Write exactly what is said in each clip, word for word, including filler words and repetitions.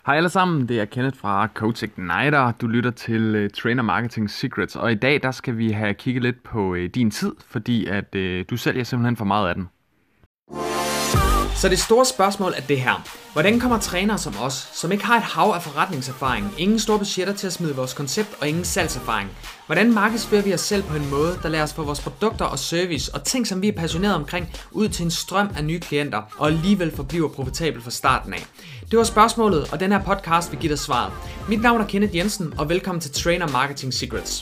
Hej alle sammen, det er Kenneth fra Coach Igniter. Du lytter til uh, Trainer Marketing Secrets, og i dag der skal vi have kigget lidt på uh, din tid, fordi at uh, du sælger simpelthen for meget af den. Så det store spørgsmål er det her. Hvordan kommer trænere som os, som ikke har et hav af forretningserfaring, ingen store budgetter til at smide vores koncept og ingen salgserfaring, hvordan markedsfører vi os selv på en måde, der lader os få vores produkter og service og ting, som vi er passionerede omkring, ud til en strøm af nye klienter og alligevel forbliver profitabel fra starten af? Det var spørgsmålet, og den her podcast vil give dig svaret. Mit navn er Kenneth Jensen, og velkommen til Trainer Marketing Secrets.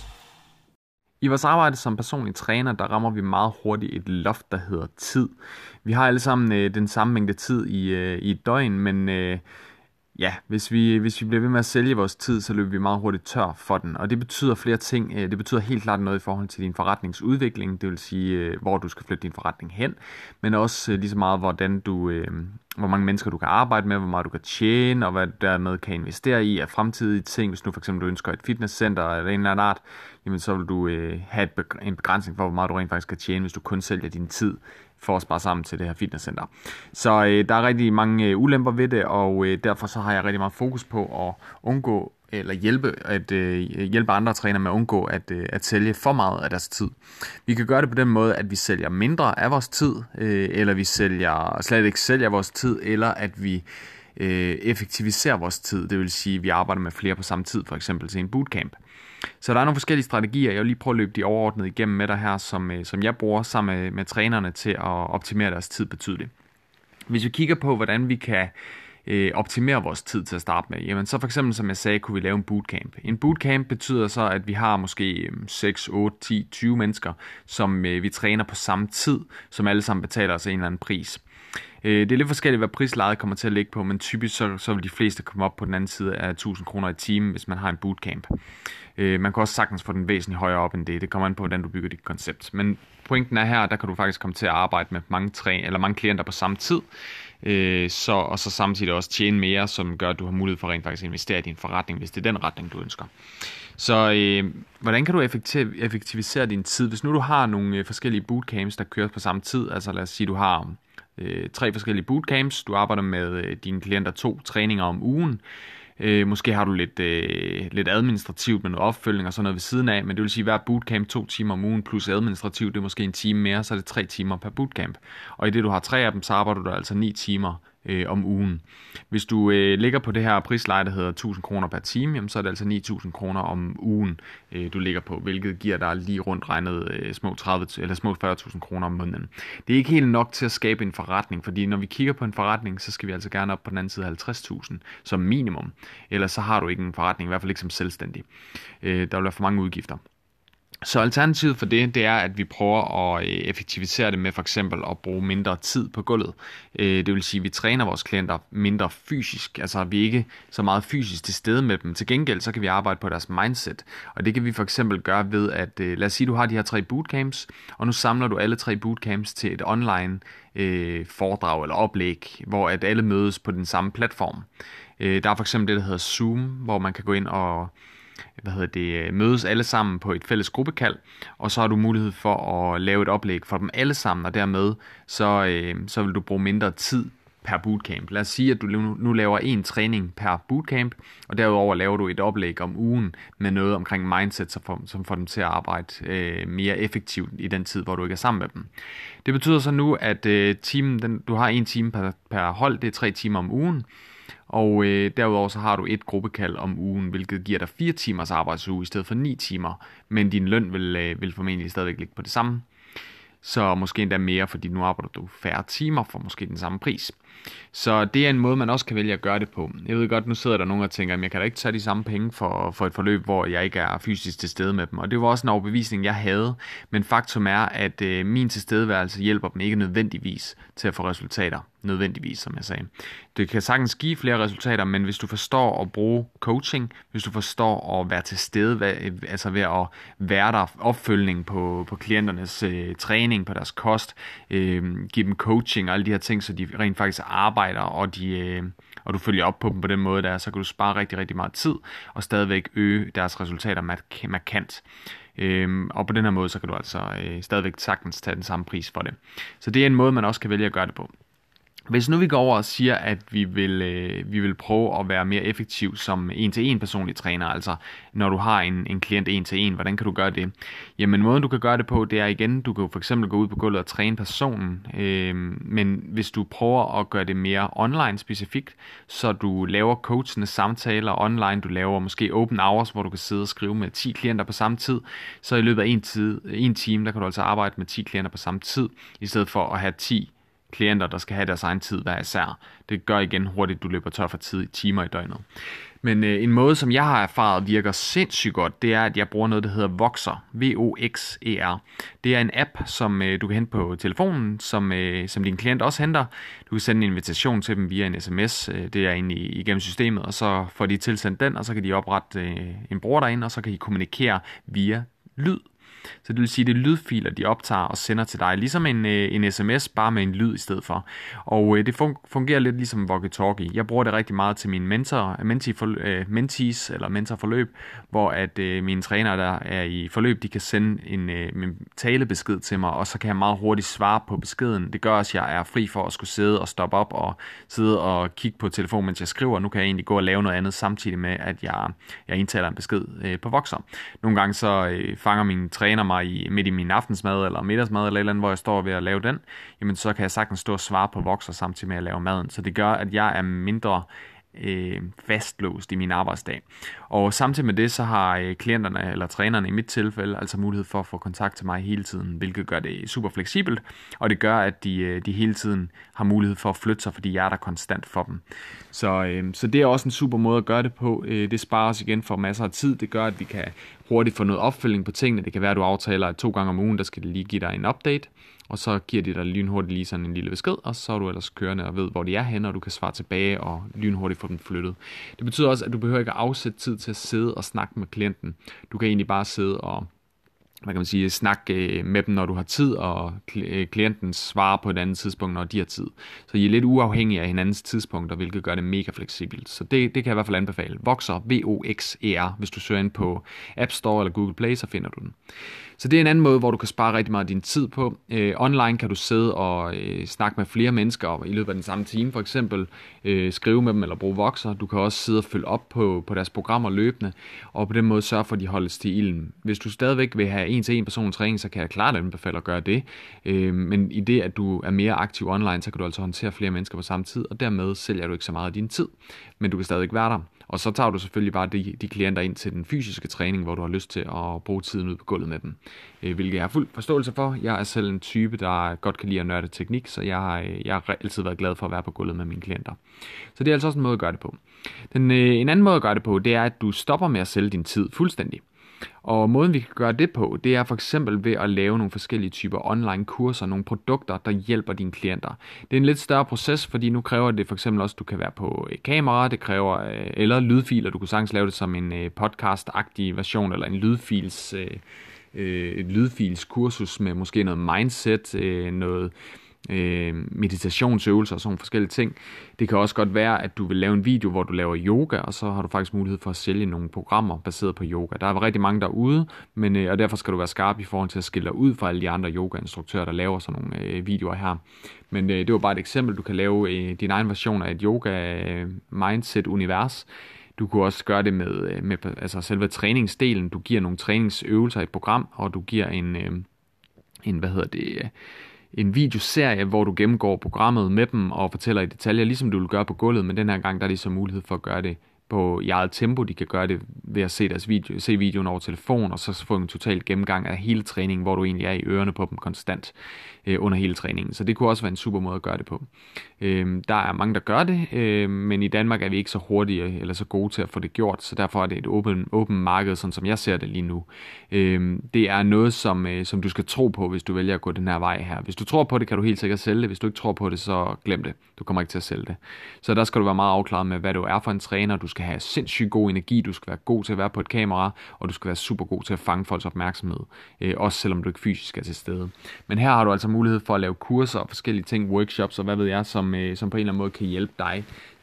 I vores arbejde som personlig træner, der rammer vi meget hurtigt et loft, der hedder tid. Vi har alle sammen øh, den samme mængde tid i, øh, i et døgn, men øh, ja, hvis vi, hvis vi bliver ved med at sælge vores tid, så løber vi meget hurtigt tør for den. Og det betyder flere ting. Det betyder helt klart noget i forhold til din forretningsudvikling, det vil sige, øh, hvor du skal flytte din forretning hen, men også øh, lige så meget, hvordan du... Øh, hvor mange mennesker du kan arbejde med, hvor meget du kan tjene, og hvad du dermed kan investere i af fremtidige ting. Hvis nu for eksempel du ønsker et fitnesscenter eller en eller anden art, jamen så vil du øh, have et beg- en begrænsning for, hvor meget du rent faktisk kan tjene, hvis du kun sælger din tid for at spare sammen til det her fitnesscenter. Så øh, der er rigtig mange øh, ulemper ved det, og øh, derfor så har jeg rigtig meget fokus på at undgå eller hjælpe, at, øh, hjælpe andre trænere med at undgå at, øh, at sælge for meget af deres tid. Vi kan gøre det på den måde, at vi sælger mindre af vores tid, øh, eller vi sælger, slet ikke sælger vores tid, eller at vi øh, effektiviserer vores tid. Det vil sige, at vi arbejder med flere på samme tid, for eksempel til en bootcamp. Så der er nogle forskellige strategier. Jeg vil lige prøve at løbe de overordnede igennem med dig her, som, øh, som jeg bruger sammen med, med trænerne til at optimere deres tid betydeligt. Hvis vi kigger på, hvordan vi kan Øh, optimere vores tid til at starte med, jamen så for eksempel, som jeg sagde, kunne vi lave en bootcamp. En bootcamp betyder så, at vi har måske seks, otte, ti, tyve mennesker, som øh, vi træner på samme tid, som alle sammen betaler os en eller anden pris. Øh, det er lidt forskelligt, hvad prislejet kommer til at ligge på, men typisk så, så vil de fleste komme op på den anden side af tusind kroner i timen, hvis man har en bootcamp. Øh, man kan også sagtens få den væsentligt højere op end det. Det kommer an på, hvordan du bygger dit koncept. Men pointen er her, der kan du faktisk komme til at arbejde med mange, træ- eller mange klienter på samme tid, øh, så, og så samtidig også tjene mere, som gør, at du har mulighed for rent faktisk at investere i din forretning, hvis det er den retning, du ønsker. Så øh, hvordan kan du effektiv- effektivisere din tid? Hvis nu du har nogle øh, forskellige bootcamps, der kører på samme tid, altså lad os sige, du har øh, tre forskellige bootcamps, du arbejder med øh, dine klienter to træninger om ugen, Øh, måske har du lidt, øh, lidt administrativt med noget opfølgning og sådan noget ved siden af, men det vil sige, at hver bootcamp to timer om ugen plus administrativt, det er måske en time mere, så er det tre timer per bootcamp. Og i det du har tre af dem, så arbejder du altså ni timer øh, om ugen. Hvis du øh, ligger på det her prisleje, der hedder tusind kroner per time, jamen, så er det altså ni tusind kroner om ugen, øh, du ligger på, hvilket giver dig lige rundt regnet øh, små, tredive, eller små fyrre tusind kroner om måneden. Det er ikke helt nok til at skabe en forretning, fordi når vi kigger på en forretning, så skal vi altså gerne op på den anden side af halvtreds tusind som minimum. Ellers så har du ikke en forretning, i hvert fald ikke som selvstændig. Øh, der vil være for mange udgifter. Så alternativet for det, det er, at vi prøver at effektivisere det med for eksempel at bruge mindre tid på gulvet. Det vil sige, at vi træner vores klienter mindre fysisk, altså vi er ikke så meget fysisk til stede med dem. Til gengæld så kan vi arbejde på deres mindset, og det kan vi for eksempel gøre ved, at lad os sige, at du har de her tre bootcamps, og nu samler du alle tre bootcamps til et online øh, foredrag eller oplæg, hvor at alle mødes på den samme platform. Der er for eksempel det, der hedder Zoom, hvor man kan gå ind og hvad hedder det, mødes alle sammen på et fælles gruppekald, og så har du mulighed for at lave et oplæg for dem alle sammen, og dermed så, øh, så vil du bruge mindre tid per bootcamp. Lad os sige, at du nu laver en træning per bootcamp, og derudover laver du et oplæg om ugen med noget omkring mindset, som får, som får dem til at arbejde øh, mere effektivt i den tid, hvor du ikke er sammen med dem. Det betyder så nu, at øh, timen, den, du har en time per, per hold, det er tre timer om ugen, og øh, derudover så har du et gruppekald om ugen, hvilket giver dig fire timers arbejdsuge i stedet for ni timer, men din løn vil, øh, vil formentlig stadigvæk ligge på det samme. Så måske endda mere, fordi nu arbejder du færre timer for måske den samme pris. Så det er en måde, man også kan vælge at gøre det på. Jeg ved godt, nu sidder der nogen og tænker, at jeg kan da ikke tage de samme penge for, for et forløb, hvor jeg ikke er fysisk til stede med dem. Og det var også en overbevisning, jeg havde. Men faktum er, at øh, min tilstedeværelse hjælper dem ikke nødvendigvis til at få resultater. Nødvendigvis, som jeg sagde. Det kan sagtens give flere resultater, men hvis du forstår at bruge coaching, hvis du forstår at være til stede, altså ved at være der, opfølgning på, på klienternes øh, træning, på deres kost, øh, give dem coaching og alle de her ting, så de rent faktisk arbejder, og, de, øh, og du følger op på dem på den måde der, så kan du spare rigtig, rigtig meget tid, og stadigvæk øge deres resultater mark- markant. Øhm, og på den her måde, så kan du altså øh, stadigvæk sagtens tage den samme pris for det. Så det er en måde, man også kan vælge at gøre det på. Hvis nu vi går over og siger, at vi vil, øh, vi vil prøve at være mere effektiv som en-til-en personlig træner, altså når du har en, en klient en-til-en, hvordan kan du gøre det? Jamen måden du kan gøre det på, det er igen, du kan jo for eksempel gå ud på gulvet og træne personen, øh, men hvis du prøver at gøre det mere online specifikt, så du laver coachende samtaler online, du laver måske open hours, hvor du kan sidde og skrive med ti klienter på samme tid, så i løbet af en, tid, en time, der kan du altså arbejde med ti klienter på samme tid, i stedet for at have ti klienter, der skal have deres egen tid hver især. Det gør igen hurtigt, du løber tør for tid i timer i døgnet. Men øh, en måde, som jeg har erfaret virker sindssygt godt, det er, at jeg bruger noget, der hedder Voxer. V O X E R. Det er en app, som øh, du kan hente på telefonen, som, øh, som din klient også henter. Du kan sende en invitation til dem via en sms. Øh, det er inde i, igennem systemet, og så får de tilsendt den, og så kan de oprette øh, en bruger derinde, og så kan de kommunikere via lyd. Så det vil sige, at det er lydfiler, de optager og sender til dig, ligesom en, en sms, bare med en lyd i stedet for. Og øh, det fungerer lidt ligesom walkie-talkie. Jeg bruger det rigtig meget til mine mentor, mentee for, øh, mentees eller mentorforløb, hvor at øh, mine trænere, der er i forløb, de kan sende en, øh, en talebesked til mig, og så kan jeg meget hurtigt svare på beskeden. Det gør også, at jeg er fri for at skulle sidde og stoppe op og sidde og kigge på telefonen, mens jeg skriver. Nu kan jeg egentlig gå og lave noget andet samtidig med, at jeg, jeg indtaler en besked øh, på Voxer. Nogle gange så øh, fanger mine træner mig i, midt i min aftensmad eller middagsmad eller et eller andet, hvor jeg står ved at lave den, jamen så kan jeg sagtens stå og svare på Voxer samtidig med at lave maden. Så det gør, at jeg er mindre øh, fastlåst i min arbejdsdag. Og samtidig med det, så har øh, klienterne eller trænerne i mit tilfælde altså mulighed for at få kontakt til mig hele tiden, hvilket gør det super fleksibelt, og det gør, at de, øh, de hele tiden har mulighed for at flytte sig, fordi jeg er der konstant for dem. Så, øh, så det er også en super måde at gøre det på. Øh, det sparer os igen for masser af tid. Det gør, at vi kan hurtigt få noget opfølging på tingene. Det kan være, at du aftaler, at to gange om ugen, der skal det lige give dig en update, og så giver de dig lynhurtigt lige sådan en lille besked, og så er du ellers kørende og ved, hvor de er henne, og du kan svare tilbage og lynhurtigt få dem flyttet. Det betyder også, at du behøver ikke at afsætte tid til at sidde og snakke med klienten. Du kan egentlig bare sidde og hvad kan man sige, snakke med dem, når du har tid, og klienten svarer på et andet tidspunkt, når de har tid. Så I er lidt uafhængige af hinandens tidspunkter, hvilket gør det mega fleksibelt. Så det, det kan jeg i hvert fald anbefale. Voxer, V O X E R. Hvis du søger ind på App Store eller Google Play, så finder du den. Så det er en anden måde, hvor du kan spare rigtig meget af din tid på. Øh, online kan du sidde og øh, snakke med flere mennesker i løbet af den samme time, for eksempel øh, skrive med dem eller bruge Voxer. Du kan også sidde og følge op på, på deres programmer løbende, og på den måde sørge for, at de holdes til ilden. Hvis du stadigvæk vil have en-til-en personlig træning, så kan jeg klart anbefale at gøre det. Øh, men i det, at du er mere aktiv online, så kan du altså håndtere flere mennesker på samme tid, og dermed sælger du ikke så meget af din tid, men du kan stadigvæk være der. Og så tager du selvfølgelig bare de, de klienter ind til den fysiske træning, hvor du har lyst til at bruge tiden ud på gulvet med dem. Øh, hvilket jeg har fuld forståelse for. Jeg er selv en type, der godt kan lide at nørde teknik, så jeg har, jeg har altid været glad for at være på gulvet med mine klienter. Så det er altså også en måde at gøre det på. Den, øh, en anden måde at gøre det på, det er, at du stopper med at sælge din tid fuldstændig. Og måden vi kan gøre det på, det er for eksempel ved at lave nogle forskellige typer online kurser, nogle produkter, der hjælper dine klienter. Det er en lidt større proces, fordi nu kræver det for eksempel også, at du kan være på kamera, det kræver eller lydfiler, du kan sagtens lave det som en podcast-agtig version, eller en lydfils, et lydfils kursus med måske noget mindset, noget meditationsøvelser og sådan forskellige ting. Det kan også godt være, at du vil lave en video, hvor du laver yoga, og så har du faktisk mulighed for at sælge nogle programmer baseret på yoga. Der er rigtig mange derude, men, og derfor skal du være skarp i forhold til at skille dig ud fra alle de andre yogainstruktører, der laver sådan nogle videoer her. Men det var bare et eksempel. Du kan lave din egen version af et yoga-mindset-univers. Du kunne også gøre det med, med altså selve træningsdelen. Du giver nogle træningsøvelser i et program, og du giver en, en hvad hedder det, en videoserie, hvor du gennemgår programmet med dem og fortæller i detaljer, ligesom du vil gøre på gulvet, men den her gang, der er de så mulighed for at gøre det på i eget tempo. De kan gøre det ved at se deres video, se videoen over telefon, og så få en total gennemgang af hele træningen, hvor du egentlig er i ørerne på dem konstant øh, under hele træningen. Så det kunne også være en super måde at gøre det på. Øh, der er mange, der gør det, øh, men i Danmark er vi ikke så hurtige eller så gode til at få det gjort, så derfor er det et åbent åben marked, sådan som jeg ser det lige nu. Øh, det er noget, som, øh, som du skal tro på, hvis du vælger at gå den her vej her. Hvis du tror på det, kan du helt sikkert sælge det. Hvis du ikke tror på det, så glem det. Du kommer ikke til at sælge det. Så der skal du være meget afklaret med, hvad du er for en træner. Du skal have sindssygt god energi, du skal være god til at være på et kamera, og du skal være super god til at fange folks opmærksomhed, øh, også selvom du ikke fysisk er til stede. Men her har du altså mulighed for at lave kurser og forskellige ting, workshops og hvad ved jeg, som, øh, som på en eller anden måde kan hjælpe dig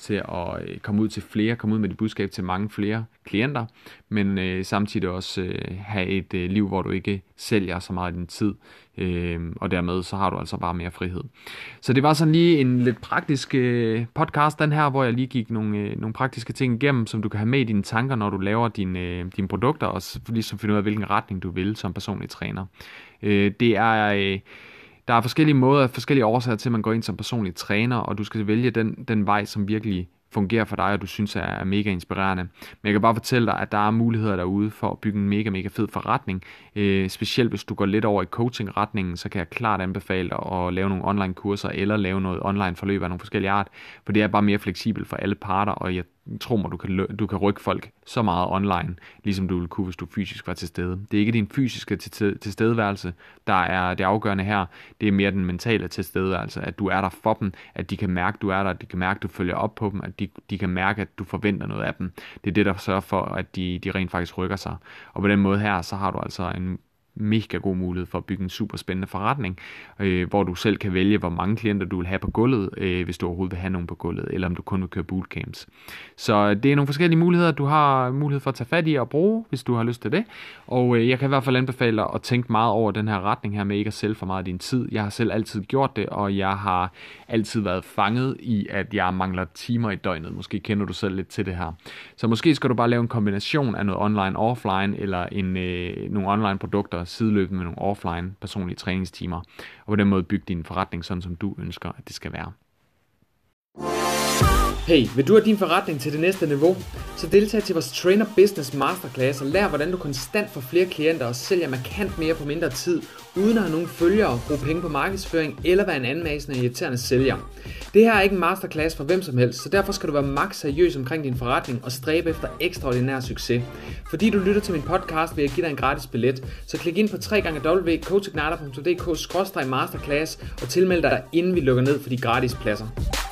til at øh, komme ud til flere, komme ud med dit budskab til mange flere klienter, men øh, samtidig også øh, have et øh, liv, hvor du ikke sælger så meget af din tid, øh, og dermed så har du altså bare mere frihed. Så det var sådan lige en lidt praktisk øh, podcast, den her, hvor jeg lige gik nogle, øh, nogle praktiske ting igennem, som du kan have med i dine tanker, når du laver dine, øh, dine produkter, og ligesom finde ud af, hvilken retning du vil som personlig træner. Øh, det er... Øh, Der er forskellige måder, forskellige årsager til, at man går ind som personlig træner, og du skal vælge den, den vej, som virkelig fungerer for dig, og du synes er mega inspirerende. Men jeg kan bare fortælle dig, at der er muligheder derude for at bygge en mega, mega fed forretning. Øh, specielt hvis du går lidt over i coaching-retningen, så kan jeg klart anbefale dig at lave nogle online-kurser, eller lave noget online-forløb af nogle forskellige art, for det er bare mere fleksibelt for alle parter, og jeg tror mig, du kan, du kan rykke folk så meget online, ligesom du ville kunne, hvis du fysisk var til stede. Det er ikke din fysiske tilstedeværelse, der er det afgørende her. Det er mere den mentale tilstedeværelse, at du er der for dem, at de kan mærke, du er der, at de kan mærke, at du følger op på dem, at de, de kan mærke, at du forventer noget af dem. Det er det, der sørger for, at de, de rent faktisk rykker sig. Og på den måde her, så har du altså en mega god mulighed for at bygge en super spændende forretning, øh, hvor du selv kan vælge, hvor mange klienter du vil have på gulvet, øh, hvis du overhovedet vil have nogen på gulvet, eller om du kun vil køre bootcamps. Så det er nogle forskellige muligheder, du har mulighed for at tage fat i og bruge, hvis du har lyst til det. Og øh, jeg kan i hvert fald anbefale dig at tænke meget over den her retning her med ikke at sælge for meget af din tid. Jeg har selv altid gjort det, og jeg har altid været fanget i, at jeg mangler timer i døgnet. Måske kender du selv lidt til det her. Så måske skal du bare lave en kombination af noget online-offline, eller en, øh, nogle online produkter, sideløbende med nogle offline personlige træningstimer, og på den måde bygge din forretning sådan, som du ønsker, at det skal være. Hey, vil du have din forretning til det næste niveau? Så deltag til vores Trainer Business Masterclass og lær, hvordan du konstant får flere klienter og sælger markant mere på mindre tid, uden at have nogen følgere, bruge penge på markedsføring eller være en anmasende irriterende sælger. Det her er ikke en masterclass for hvem som helst, så derfor skal du være maks seriøs omkring din forretning og stræbe efter ekstraordinær succes. Fordi du lytter til min podcast, vil jeg give dig en gratis billet, så klik ind på w w w punktum coach igniter punktum d k skråstreg masterclass og tilmeld dig, inden vi lukker ned for de gratis pladser.